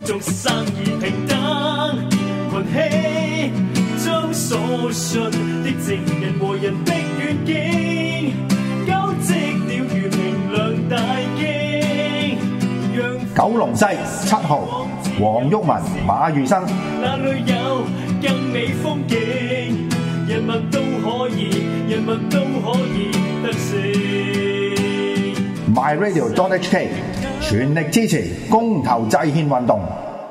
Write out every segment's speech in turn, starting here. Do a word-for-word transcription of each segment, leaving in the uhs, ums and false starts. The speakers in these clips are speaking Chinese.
做生意平等，群起將所信的正人和人的願景，交織了如明亮大徑。 九龍西七號，黃毓民、馬裕生。 那裏有更美風景？人民都可以，人民都可以得勝。 My Radio dot H K 全力支持公投制憲運動。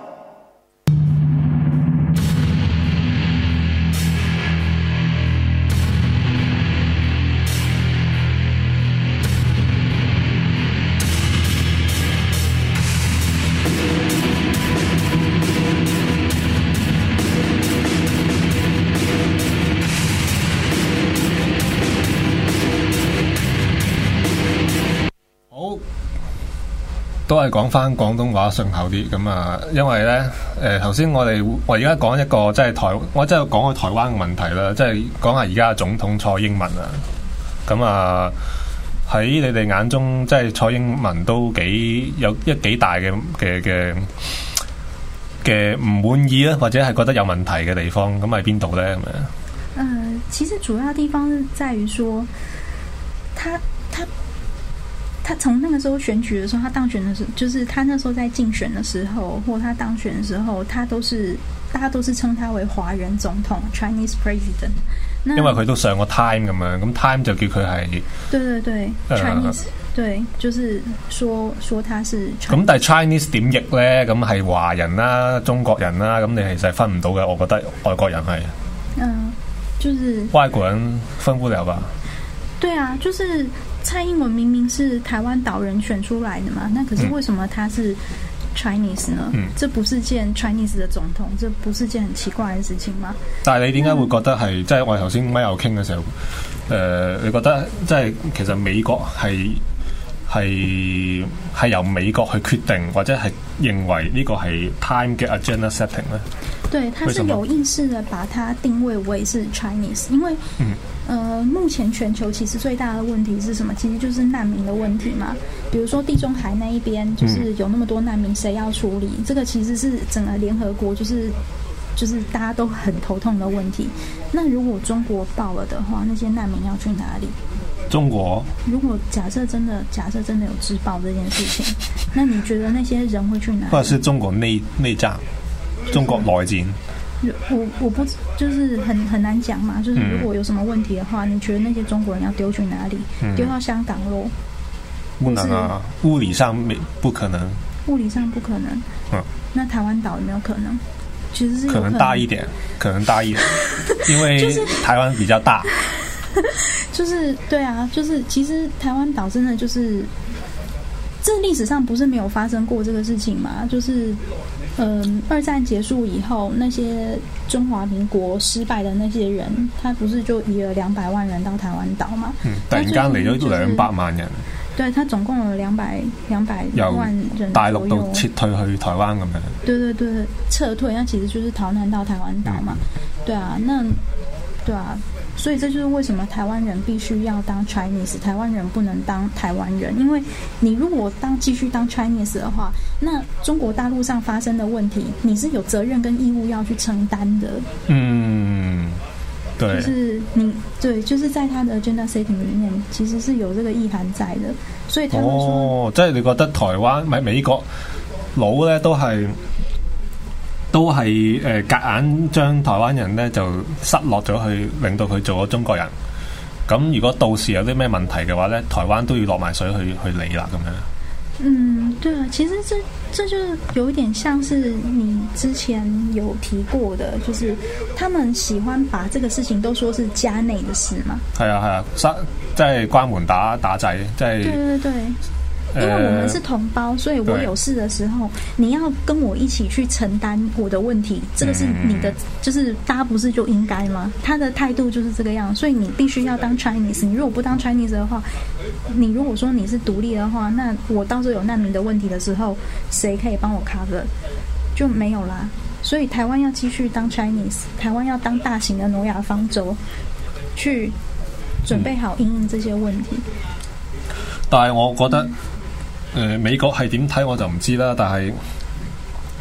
都係講翻廣東話順口啲咁啊，因為咧誒頭先我哋我而家講一個即係台，我真係講個台灣嘅問題啦，即係講下而家嘅總統蔡英文啊，咁啊喺你哋眼中，即係蔡英文都幾有一幾大嘅嘅嘅嘅唔滿意啊，或者係覺得有問題嘅地方，咁喺邊度咧咁樣？ 呃，其實主要地方是在於說，他他。他從那個時候選舉的時候，他當選的時候，就是他那時候在競選的時候，或他當選的時候，他都是大家都是稱他為華人總統 （Chinese President）。 因為佢都上過 Time 咁樣，咁 Time 就叫佢係對對對、呃、Chinese， 對，就是說說他是。咁但係 Chinese 點譯咧？咁係華人啦、中國人啦，咁你其實分唔到嘅。我覺得外國人係，嗯、呃，就是外國人分不了吧？ 對啊，就是蔡英文明明是台灣島人選出來的嘛，那可是為什麼他是 Chinese 呢？嗯，這不是件 Chinese 的總統，這不是件很奇怪的事情嗎？ 但係你點解會覺得係、嗯、即係我哋頭先咪有傾嘅時候，誒、呃，你覺得即係其實美國係係係由美國去決定，或者係認為呢個係 Time 嘅 agenda setting 咧？ 對，他是有意識的把它定位為是 Chinese， 因為嗯。呃，目前全球其實最大的問題是什麼？其實就是難民的問題嘛。比如說地中海那一邊，就是有那麼多難民，誰要處理？這個其實是整個聯合國就是就是大家都很頭痛的問題。那如果中國爆了的話，那些難民要去哪裡？ 中國？ 如果假設真的假設真的有自爆這件事情，那你覺得那些人會去哪裡？ 或者是中國內內戰？中國內戰？ 我我不就是很很難講嘛，就是如果有什麼問題的話，嗯、你覺得那些中國人要丟去哪裡？嗯、丟到香港咯？ 不能啊，物理上沒不可能。 物理上不可能。嗯，那台灣島有沒有可能？其實是有可能， 可能大一點，可能大一點，因為台灣比較大。 就是對啊，就是其實台灣島真的就是，這歷史上不是沒有發生過這個事情嘛，就是。嗯，二戰結束以後，那些中華民國失敗的那些人，他不是就移了兩百萬人到台灣島嘛？嗯， 突然間嚟咗兩百萬人。 對，他總共有兩百兩百萬人， 大陸都撤退去台灣咁樣。 對對對，撤退，那其實就是逃難到台灣島嘛。嗯、對啊，那對啊。所以這就是為什麼台灣人必須要當 Chinese， 台灣人不能當台灣人，因為你如果當繼續當 Chinese 的話，那中國大陸上發生的問題，你是有責任跟義務要去承擔的。 嗯，對， 就是你對，就是在他的 agenda setting 裡面，其實是有這個意涵在的。所以他會說， 哦，即係你覺得台灣咪美國佬咧都係。都係誒夾硬將台灣人咧就塞落咗去，令到佢做咗中國人。咁如果到時有啲咩問題嘅話咧，台灣都要落埋水去去理啦咁樣。 嗯，對啊，其實這這就有一點像是你之前有提過的，就是他們喜歡把這個事情都說是家內的事嘛。係啊係啊，塞即係關門打打仔，即係。對對對。因為我們是同胞，所以我有事的時候，你要跟我一起去承擔我的問題，這個是你的，就是大家不是就應該嗎？他的態度就是這個樣，所以你必須要當 Chinese。你如果不當 Chinese 的話，你如果說你是獨立的話，那我到時候有難民的問題的時候，誰可以幫我 cover？就沒有啦。所以台灣要繼續當 Chinese， 台灣要當大型的諾亞方舟，去準備好因應這些問題。但係我覺得。誒、呃、美國係點睇我就唔知啦，但係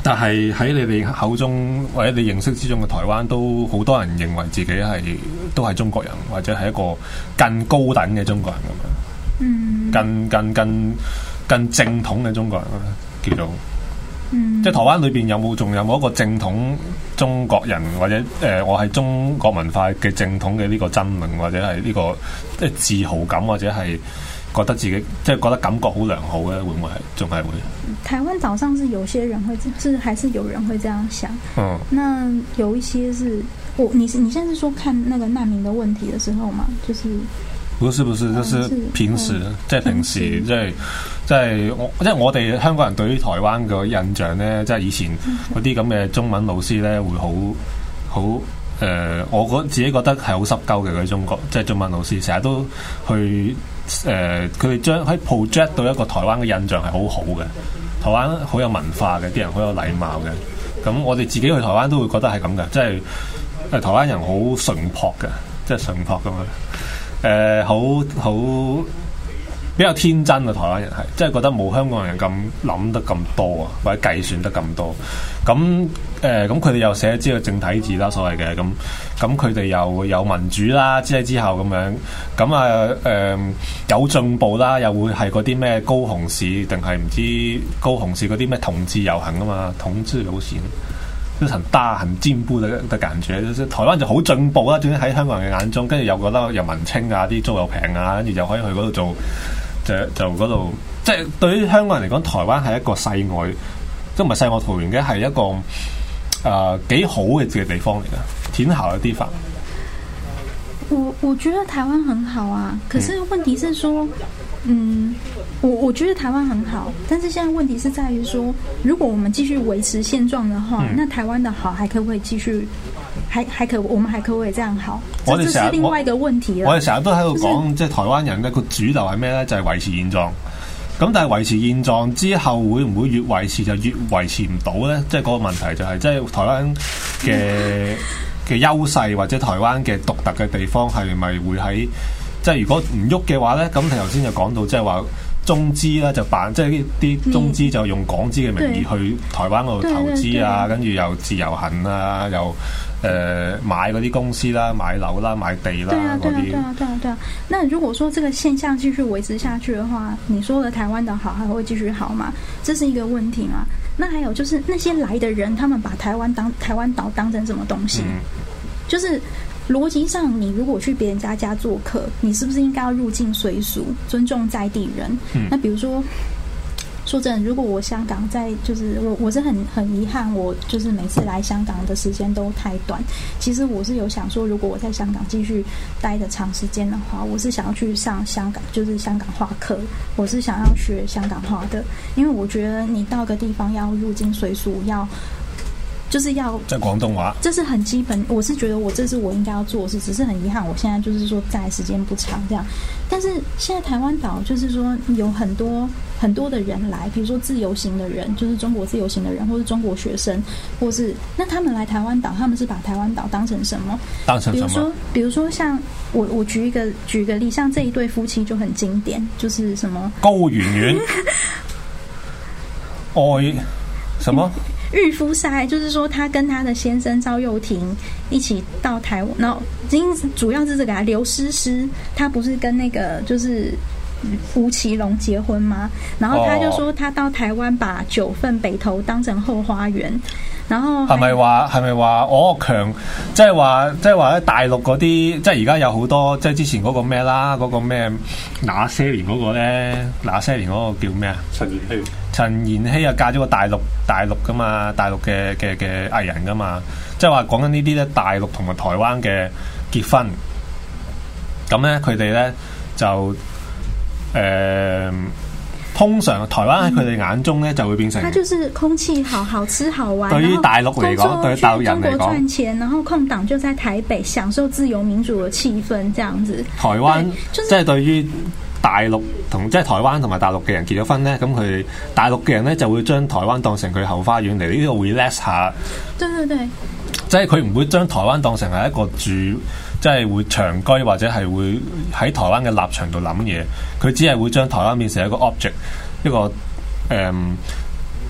但係喺你哋口中或者你認識之中嘅台灣，都好多人認為自己係都係中國人，或者係一個更高等嘅中國人咁樣，嗯，更更更更正統嘅中國人叫做，嗯，即係台灣裏邊有冇仲有冇一個正統中國人，或者誒、呃、我係中國文化嘅正統嘅呢個爭論，或者係呢、這個即係自豪感，或者係覺得自己即係覺得感覺好良好咧，會唔會係仲係會？ 台灣島上是有些人會，是還是有人會這樣想。嗯，那有一些是我你你現在是說看那個難民的問題的時候嘛？就是不是不是，就是平時，即係平時，即係即係我即係我哋香港人對於台灣嘅印象咧，即係以前嗰啲咁嘅中文老師咧，會好好誒，我覺自己覺得係好濕鳩嘅嗰啲中國即係中文老師，成日都去誒，佢哋將喺 project 到一個台灣嘅印象係好好嘅。台灣好有文化嘅，啲人好有禮貌嘅。咁我哋自己去台灣都會覺得係咁嘅，即係誒台灣人好淳樸嘅，即係淳樸咁樣。誒好好比較天真嘅台灣人係，即係覺得冇香港人咁諗得咁多啊，或者計算得咁多。咁誒咁佢哋又寫知道正體字啦，所謂嘅咁咁佢哋又有民主啦，之之後咁樣咁啊誒有進步啦，又會係嗰啲咩高雄市定係唔知高雄市嗰啲咩同志遊行啊嘛，同志路線。都很大很進步嘅嘅感覺，就是台灣就好進步啦。總之喺香港人嘅眼中，跟住又覺得又文青啊，啲租又平啊，跟住又可以去嗰度做，就就嗰度。即係對於香港人嚟講，台灣係一個世外，即唔係世外桃源嘅，係一個誒幾、呃、好嘅嘅地方嚟嘅，挺好嘅地方。 我我覺得台灣很好啊，可是問題是說，嗯，我我覺得台灣很好，但是現在問題是在於說，如果我們繼續維持現狀的話，嗯、那台灣的好還可不可以繼續，還還可我們還可不可以這樣好？這這是另外一個問題啦。 我哋成日都喺度講， 就是、 即係台灣人咧個主流係咩咧？就係、是、維持現狀。咁但係維持現狀之後，會唔會越維持就越維持唔到咧？即係嗰個問題就係、是，即係台灣嘅。嘅優勢或者台灣嘅獨特嘅地方係咪會喺即係如果唔喐嘅話咧，咁你頭先就講到即係話中資啦，就辦即係啲中資就用港資嘅名義去台灣嗰度投資啊，跟住又自由行啊，又誒、呃、買嗰啲公司啦，買樓啦，買地啦嗰啲。對啊，對啊，對啊，對啊，對啊。那如果說這個現象繼續維持下去的話，你說的台灣的好還會繼續好嗎？這是一個問題嘛？那還有就是那些來的人，他們把台灣當台灣島當成什麼東西？嗯、就是邏輯上，你如果去別人家家做客，你是不是應該要入境隨俗，尊重在地人？嗯、那比如說，說真的，如果我香港在，就是我我是很很遺憾，我就是每次來香港的時間都太短。其實我是有想說，如果我在香港繼續待的長時間的話，我是想要去上香港，就是香港話課，我是想要學香港話的，因為我覺得你到個地方要入境隨俗，要。就是要在廣東話， 這是很基本。我是覺得我這是我應該要做的事，只是很遺憾，我現在就是說在時間不長這樣。但是現在台灣島就是說有很多很多的人來，比如說自由行的人，就是中國自由行的人，或是中國學生，或是那他們來台灣島，他們是把台灣島當成什麼？ 當成什麼？ 比如說，比如說像我我舉一個舉一個例，像這一對夫妻就很經典，就是什麼高圓圓愛什麼？ 御夫賽，就是說他跟他的先生趙又廷一起到台灣，然後主要是這個啊，劉詩詩，他不是跟那個就是吳奇隆結婚嗎？然後他就說他到台灣把九份北投當成後花園，然後係咪話係咪話我強，即係話即係話喺大陸嗰啲，即係而家有好多，即係之前嗰個咩啦，嗰、嗰個咩那些年嗰個咧，那些年嗰個叫咩啊？陳妍希。陳妍希啊，嫁咗個大陸大陸噶嘛，大陸嘅嘅嘅藝人噶嘛，即係話講緊呢啲咧，大陸同埋台灣嘅結婚，咁咧佢哋咧就誒、呃，通常台灣喺佢哋眼中咧就會變成，它就是空氣好，好吃好玩。對於大陸嚟講，對於大陸人嚟講，中國賺錢，然後空檔就在台北享受自由民主嘅氣氛，這樣子。台灣即係對於。就是大陸同即係台灣同埋大陸嘅人結咗婚咧，咁佢大陸嘅人咧就會將台灣當成佢後花園嚟呢度 relax 下。對對對，即係佢唔會將台灣當成係一個住，即係會長居或者係會喺台灣嘅立場度諗嘢。佢只係會將台灣變成一個 object，一個誒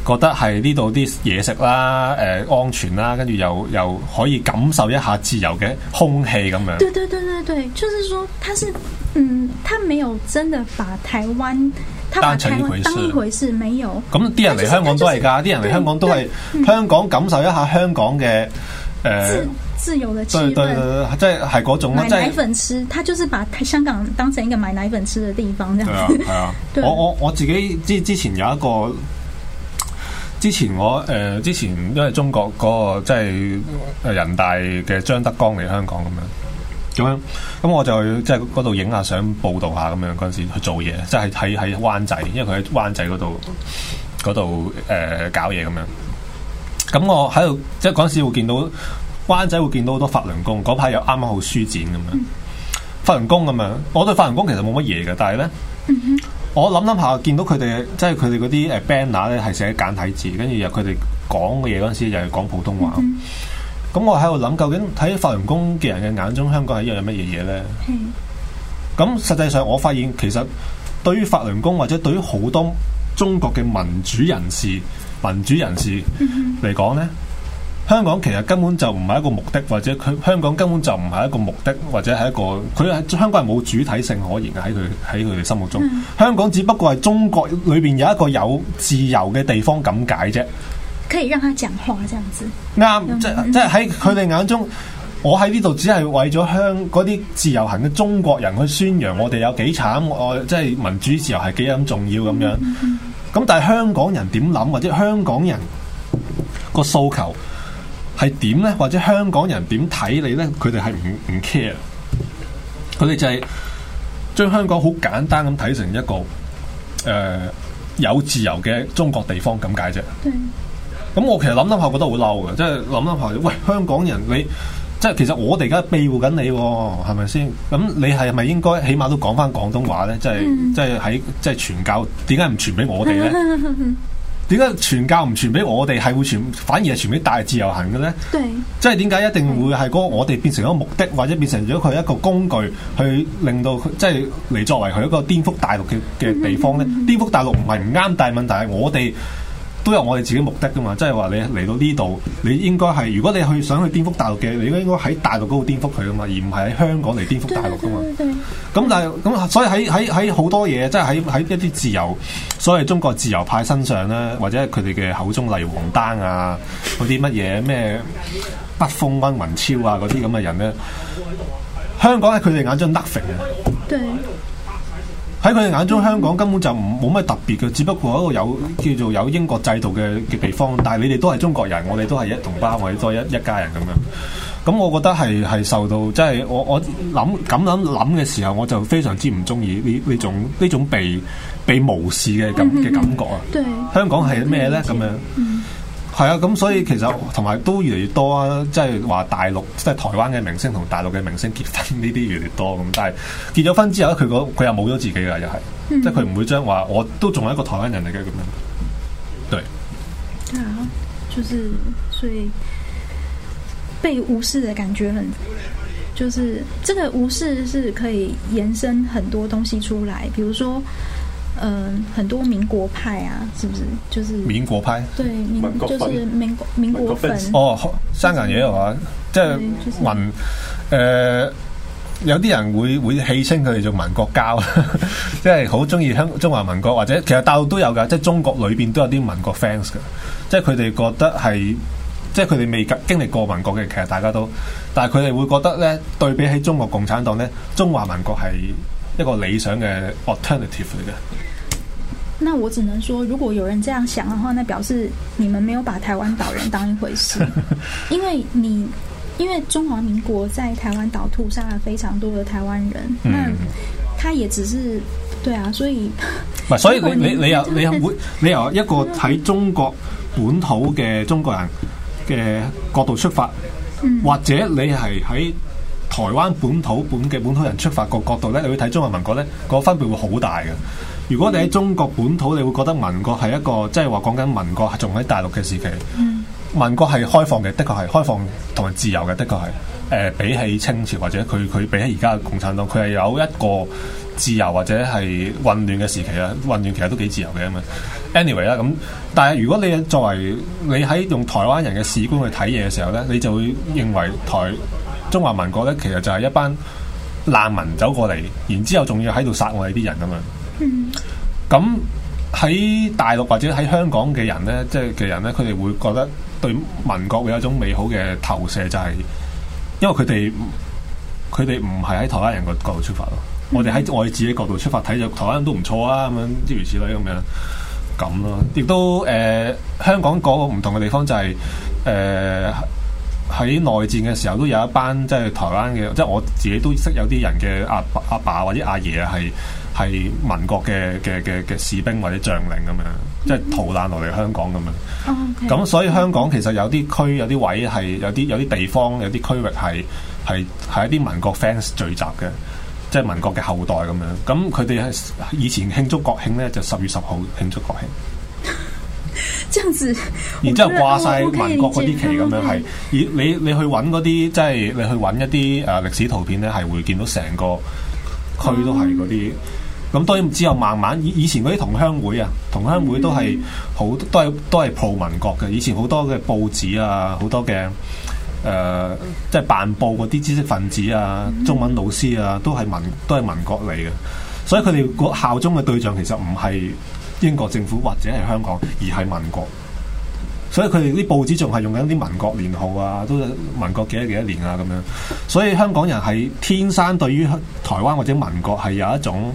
覺得係呢度啲嘢食啦，誒、呃、安全啦，跟住又又可以感受一下自由嘅空氣咁樣。 對對對對對，就是說，他是嗯，他沒有真的把台灣，他把台灣當一回事，沒有。咁啲人嚟香港都係㗎，啲、就是、人嚟香港都係香港感受一下香港嘅誒。呃自由的氣氛， 對對對，即係係嗰種買奶粉吃，他就是把香港當成一個買奶粉吃的地方，這樣子。係啊， 係啊。我我我自己之之前有一個，之前我誒、呃、之前因為中國嗰、那個即係誒人大嘅張德江嚟香港咁樣，咁樣咁我就即係嗰度影下相報導下咁樣嗰陣時去做嘢，即係喺喺灣仔，因為佢喺灣仔嗰度嗰度誒搞嘢咁樣。咁我喺度即係嗰陣時會見到。灣仔會見到好多法輪功，嗰排又啱啱好書展咁樣，嗯、法輪功咁樣。我對法輪功其實冇乜嘢嘅，但係咧，嗯、我諗諗下，見到佢哋即係佢哋嗰啲誒 banner 咧係寫簡體字，跟住又佢哋講嘅嘢嗰陣時又係講普通話。咁、嗯嗯、我喺度諗，究竟睇法輪功嘅人嘅眼中，香港係一樣乜嘢嘢咧？咁、嗯、實際上我發現，其實對於法輪功或者對於好多中國嘅民主人士、民主人士嚟講咧。嗯香港其實根本就唔係一個目的，或者佢香港根本就唔係一個目的，或者係一個佢係香港係冇主體性可言嘅喺佢喺佢哋心目中。嗯、香港只不過係中國裏邊有一個有自由嘅地方咁解啫。 可以讓他講話，這樣子啱，即即係喺佢哋眼中，我喺呢度只係為咗香嗰啲自由行嘅中國人去宣揚我哋有幾慘，我即係民主自由係幾咁重要咁樣。咁、嗯嗯嗯、但係香港人點諗，或者香港人個訴求係點咧？或者香港人點睇你咧？佢哋係唔唔 care，佢哋就係將香港好簡單咁睇成一個誒、呃、有自由嘅中國地方咁解啫。咁我其實諗諗下覺得好嬲嘅，即係諗諗下，喂，香港人你即係其實我哋而家庇護緊你，係咪先？咁你係咪應該起碼都講翻廣東話咧？即係、嗯、即係喺即係傳教，點解唔傳俾我哋咧？點解傳教唔傳俾我哋，係會傳反而係傳俾大自由行嘅咧？對，即係點解一定會係嗰個我哋變成一個目的，或者變成咗佢一個工具，去令到佢即係嚟作為佢一個顛覆大陸嘅嘅地方咧？嗯嗯嗯、顛覆大陸唔係唔啱，但係問題係我哋都有我哋自己目的噶嘛。即係話你嚟到呢度，你應該係如果你去想去顛覆大陸嘅，你應該應該喺大陸嗰度顛覆佢噶嘛，而唔係喺香港嚟顛覆大陸噶嘛。咁但係咁，所以喺喺喺好多嘢，即係喺喺一啲自由，所謂中國自由派身上咧，或者佢哋嘅口中，例如王丹啊，嗰啲乜嘢咩北風溫雲超啊，嗰啲咁嘅人咧，香港喺佢哋眼中 nothing 嘅。對。喺佢哋眼中，香港根本就唔冇乜特別嘅，只不過一個有叫做有英國制度嘅嘅地方。但係你哋都係中國人，我哋都係一同胞，我哋都係一一家人咁樣。咁我覺得係係受到即係我我諗咁諗諗嘅時候，我就非常之唔中意呢呢種呢種被被無視嘅感嘅感覺啊！對，香港係咩咧？咁樣係啊！咁所以其實同埋都越嚟越多啊！即係話大陸即係台灣嘅明星同大陸嘅明星結婚呢啲越嚟越多咁，但係結咗婚之後咧，佢佢又冇咗自己噶，又係、嗯、即係佢唔會將話我都仲係一個台灣人嚟嘅咁樣。對， 對啊，就是所以被無視的感覺很，就是這個無視是可以延伸很多東西出來，比如說。嗯、呃，很多民國派啊，是不是？就是民國派， 對，民就是民國民國粉。 哦，香港也有啊，即係民誒、呃，有啲人會會戲稱佢哋做民國膠，即係好中意香中華民國，或者其實大陸都有噶，即係中國裏邊都有啲民國 fans 噶，即係佢哋覺得係，即係佢哋未經歷過民國嘅，其實大家都，但係佢哋會覺得咧，對比起中國共產黨咧，中華民國係一個理想嘅 alternative 嚟嘅。 那我只能說，如果有人這樣想的話，那表示你們沒有把台灣島人當一回事。因為你，因為中華民國在台灣島屠殺了非常多的台灣人，嗯、那他也只是對啊，所以唔係，所以你你你又你又會你由一個喺中國本土嘅中國人嘅角度出發，嗯、或者你係喺台灣本土本嘅本土人出發個角度咧，你會睇中華民國咧，個分別會好大嘅。如果你喺中國本土，你會覺得民國係一個，即係話講緊民國仲喺大陸嘅時期，嗯、民國係開放嘅，的確係開放同埋自由嘅，的確係。 呃、比起清朝或者佢佢比起而家嘅共產黨，佢係有一個自由或者係混亂嘅時期啊，混亂其實都幾自由嘅咁啊。anyway 啦，咁但係如果你作為你喺用台灣人嘅視觀去睇嘢嘅時候咧，你就會認為台中華民國咧其實就係一班難民走過嚟，然之後仲要喺度殺我哋啲人咁樣。嗯。咁喺大陸或者喺香港嘅人咧，即係嘅人咧，佢哋會覺得對民國會有一種美好嘅投射，就係、是、因為佢哋佢哋唔係喺台灣人個角度出發咯。嗯、我哋喺我哋自己角度出發睇就台灣人都唔錯啊，咁樣諸如此類咁樣咁咯。亦都誒、呃、香港嗰個唔同嘅地方就係誒喺內戰嘅時候都有一班即係台灣嘅，即係我自己都識有啲人嘅阿阿爸或者阿爺啊係。係民國嘅嘅嘅嘅士兵或者將領咁樣，即係逃難落嚟香港咁樣。咁、oh, okay. 所以香港其實有啲區、有啲位係有啲有啲地方、有啲區域係係係一啲民國 fans 聚集嘅，即係民國嘅後代咁樣。咁佢哋係以前慶祝國慶咧，就十月十號慶祝國慶。 這樣子， 然之後掛晒民國嗰啲旗咁樣係，你你你去揾嗰啲即係你去揾一啲誒歷史圖片咧，係會見到成個區都係嗰啲。咁當然之後慢慢以以前嗰啲同鄉會啊，同鄉會都係好都係都係 pro 民國嘅。以前好多嘅報紙啊，好多嘅誒、呃，即係辦報嗰啲知識分子啊、中文老師啊，都係民都係民國嚟嘅。所以佢哋個效忠嘅對象其實唔係英國政府或者係香港，而係民國。所以佢哋啲報紙仲係用緊啲民國年號啊，都民國幾多幾多年啊咁樣。所以香港人係天生對於台灣或者民國係有一種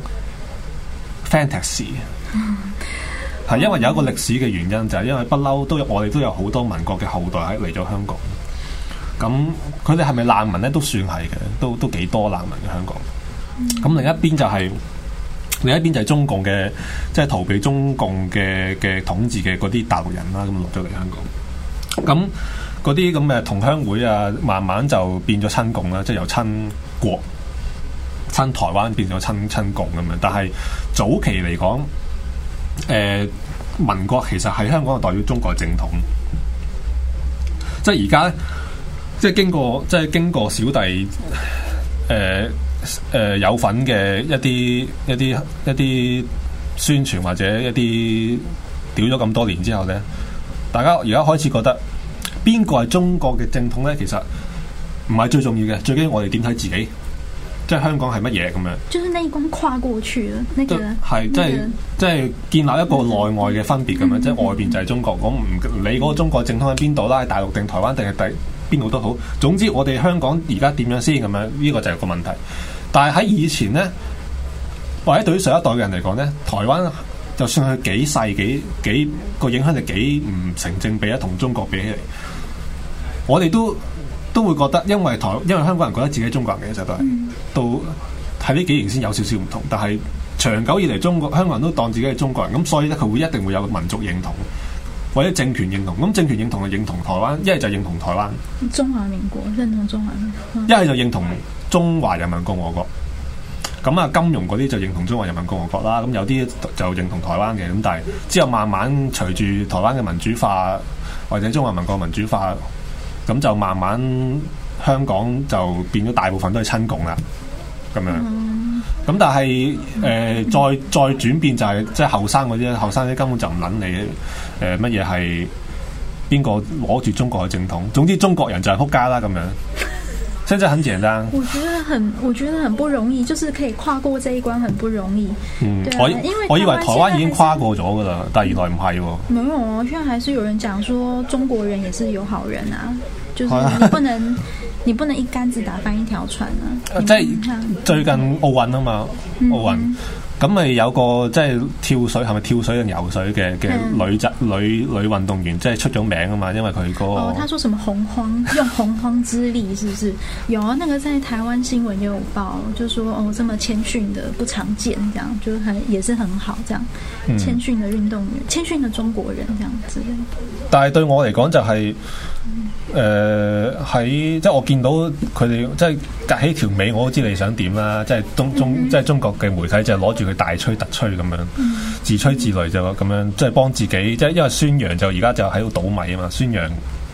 fantasy， 係因為有一個歷史嘅原因，就係、是、因為不嬲都有我哋都有好多民國嘅後代喺嚟咗香港。咁佢哋係咪難民咧？都算係嘅，都都幾多難民嘅香港。咁另一邊就係、是、另一邊就係中共嘅，即、就、係、是、逃避中共嘅嘅統治嘅嗰啲大陸人啦，咁落咗嚟香港。咁嗰啲咁嘅同鄉會啊，慢慢就變咗親共啦，即係由親國。親台灣變咗親親共咁樣，但係早期嚟講，誒、呃、民國其實係香港係代表中國嘅正統，即係而家咧，即係經過即係經過小弟誒誒、呃呃、有份嘅一啲一啲一啲宣傳或者一啲屌咗咁多年之後咧，大家而家開始覺得邊個係中國嘅正統咧？其實唔係最重要嘅，最緊要我哋點睇自己。即係香港係乜嘢咁樣？就是那一關跨過去了，那個係即係即係建立一個內外嘅分別咁樣，嗯、即係外邊就係中國，我唔理嗰個中國正統喺邊度啦，喺大陸定台灣定係第邊度都好，總之我哋香港而家點樣先咁樣？呢、呢個就係個問題。但係喺以前咧，或者對於上一代嘅人嚟講咧，台灣就算佢幾細幾幾個影響力幾唔成正比啊，同中國比起嚟，我哋都。都會覺得，因為台，因為香港人覺得自己係中國人嘅，其實都係，嗯、到喺呢幾年先有少少唔同。但係長久以嚟，中國香港人都當自己係中國人，咁所以咧佢會一定會有民族認同或者政權認同。咁政權認同就認同台灣，一係就認同台灣。中華民國認同中華民國，一係就認同中華人民共和國。咁啊，金融嗰啲就認同中華人民共和國啦。咁有啲就認同台灣嘅。咁但係之後慢慢隨住台灣嘅民主化或者中華民國民主化。咁就慢慢香港就變咗大部分都係親共啦，咁樣。咁、嗯、但係誒、呃、再再轉變就係、是、即係後生嗰啲，後生啲根本就唔撚你誒乜嘢係邊個攞住中國嘅正統。總之中國人就係撲街啦咁樣。現在很簡單。我覺得很，我覺得很不容易，就是可以跨過這一關，很不容易。嗯，對啊、我因為我以為台灣已經跨過咗噶啦，但係原來唔係喎。沒有啊，現在還是有人講說中國人也是有好人啊，就是你不能你不能一竿子打翻一條船啊。即係最近奧運啊嘛，奧運。嗯咁咪有個即係跳水，係咪跳水定游水嘅嘅女仔女女運動員，即係出咗名啊嘛，因為佢嗰、那個哦，他說什麼洪荒用洪荒之力，是不是有啊？那個在台灣新聞也有報，就說哦，這麼謙遜的不常見，這樣就很也是很好，這樣謙遜的運動員，謙遜的中國人，這樣之類。但係對我嚟講就係誒喺即係我見到佢哋即係隔起條尾，我都知你想點啦，即係中中、嗯、即係中國嘅媒體就攞住佢大吹特吹咁樣，嗯、自吹自擂就咁樣，即係幫自己，即係因為宣揚就而家就喺度倒米啊嘛，宣揚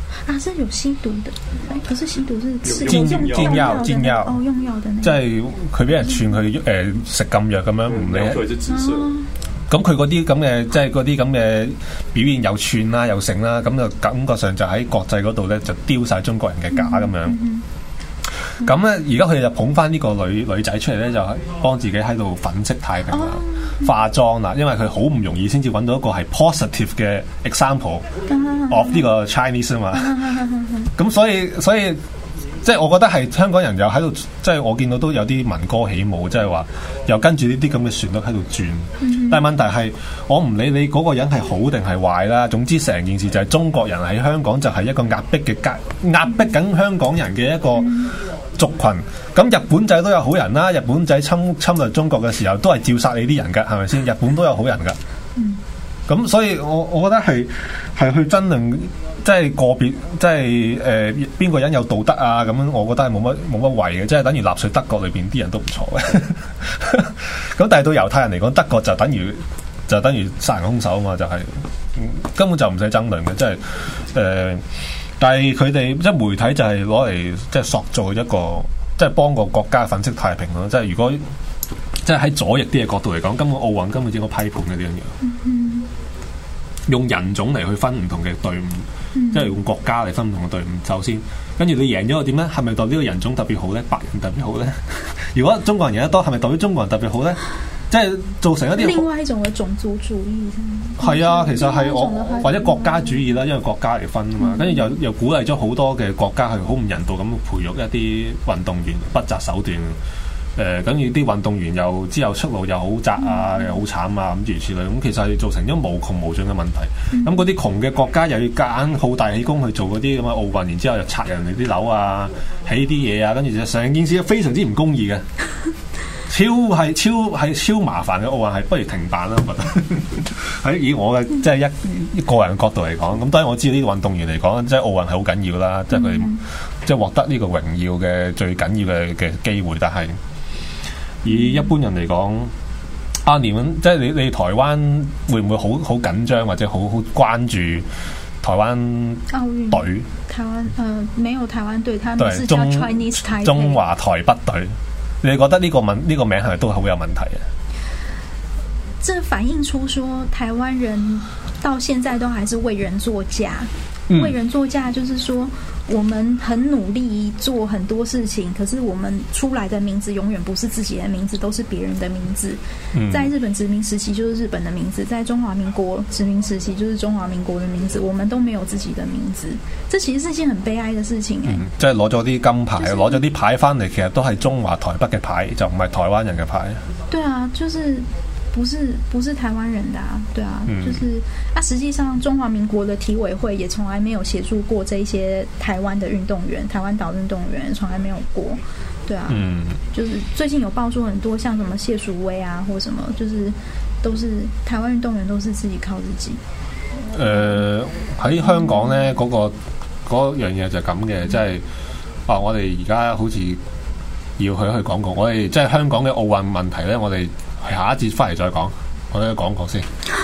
啊，是有吸毒的，哎，不是吸毒，是是煎用煎藥煎藥哦，用藥的那個， 即係佢俾人串佢誒食禁藥咁樣唔理。 佢隻紫色。 咁佢嗰啲咁嘅，即係嗰啲咁嘅表現有串啦，有剩啦，咁就感覺上就喺國際嗰度咧就丟晒中國人嘅架咁樣。咁咧，而家佢哋就捧翻呢個女女仔出嚟咧，就係幫自己喺度粉飾太平啦、oh. 化妝啦，因為佢好唔容易先至揾到一個係 positive 嘅 example of 呢個 Chinese 啊嘛。咁所以所以。即係我覺得係香港人又喺度，即係我見到都有啲民歌起舞，即係話又跟住呢啲咁嘅旋律喺度轉。嗯、但係問題係，我唔理你嗰個人係好定係壞啦。總之成件事就係中國人喺香港就係一個壓迫嘅壓壓迫緊香港人嘅一個族群。咁日本仔都有好人啦，日本仔侵侵略中國嘅時候都係照殺你啲人㗎，係咪先？日本都有好人㗎。咁、嗯、所以我我覺得係係去爭論。即係個別，即係誒邊個人有道德啊？咁樣我覺得係冇乜冇乜謂嘅，即係等於納粹德國裏邊啲人都唔錯嘅。咁但係到猶太人嚟講，德國就等於就等於殺人兇手啊嘛，就係、是嗯、根本就唔使爭論嘅，即係誒、呃。但係佢哋即係媒體就係攞嚟即係塑造一個，即係幫個國家粉飾太平咯。即係如果即係喺左翼啲嘅角度嚟講，根本奧運根本應該批判嘅呢樣嘢。嗯、用人種嚟去分唔同嘅隊伍。嗯、即係用國家嚟分唔同嘅隊伍，首先跟住你贏咗個點咧？係咪代表個人種特別好咧？白人特別好咧？如果中國人贏得多，係咪代表中國人特別好咧？即係造成一啲另外一種嘅種族主義。 係啊，其實係我或者國家主義啦，因為國家嚟分啊嘛。跟住、嗯、又又鼓勵咗好多嘅國家係好唔人道咁培育一啲運動員，不擇手段。誒，跟住啲運動員又之後出路又好窄啊，嗯、又好慘啊，咁諸如此類，咁其實係造成咗無窮無盡嘅問題。咁嗰啲窮嘅國家又要夾硬好大氣功去做嗰啲咁嘅奧運，然之後又拆人哋啲樓啊，起啲嘢啊，跟住就成件事非常之唔公義嘅，超係超係超麻煩嘅奧運係不如停辦啦，我覺得。喺以我嘅即係一一個人角度嚟講，咁當然我知道呢啲運動員嚟講，即係奧運係好緊要啦，即係佢即係獲得呢個榮耀嘅最緊要嘅嘅機會，但係。以一般人嚟講，阿年即係你你台灣會唔會好好緊張或者好好關注台灣奧運隊？ 台灣呃，沒有台灣隊，他們是叫 Chinese Taipei， 中華台北隊。你覺得呢個問呢個名係咪都係好有問題嘅？ 這反映出說台灣人到現在都還是為人作嫁。嗯、為人作嫁就是說我們很努力做很多事情，可是我們出來的名字永遠不是自己的名字，都是別人的名字。嗯、在日本殖民時期就是日本的名字，在中華民國殖民時期就是中華民國的名字，我們都沒有自己的名字。這其實是一件很悲哀的事情。誒、嗯， 即係攞咗啲金牌，攞咗啲牌翻嚟，其實都係中華台北嘅牌，就唔係台灣人嘅牌。 對啊，就是不是不是台灣人的啊，對啊，嗯、就是啊，實際上中華民國的體委會也從來沒有協助過這些台灣的運動員，台灣島運動員從來沒有過，對啊，嗯，就是最近有爆出很多像什麼謝淑薇啊，或什麼，就是都是台灣運動員都是自己靠自己。誒、 呃，喺香港咧，嗰、那個嗰樣嘢就係咁嘅，即係啊，我哋而家好似要去去講過，我哋即係香港嘅奧運問題咧，我哋。下一節翻嚟再講，我哋講講先。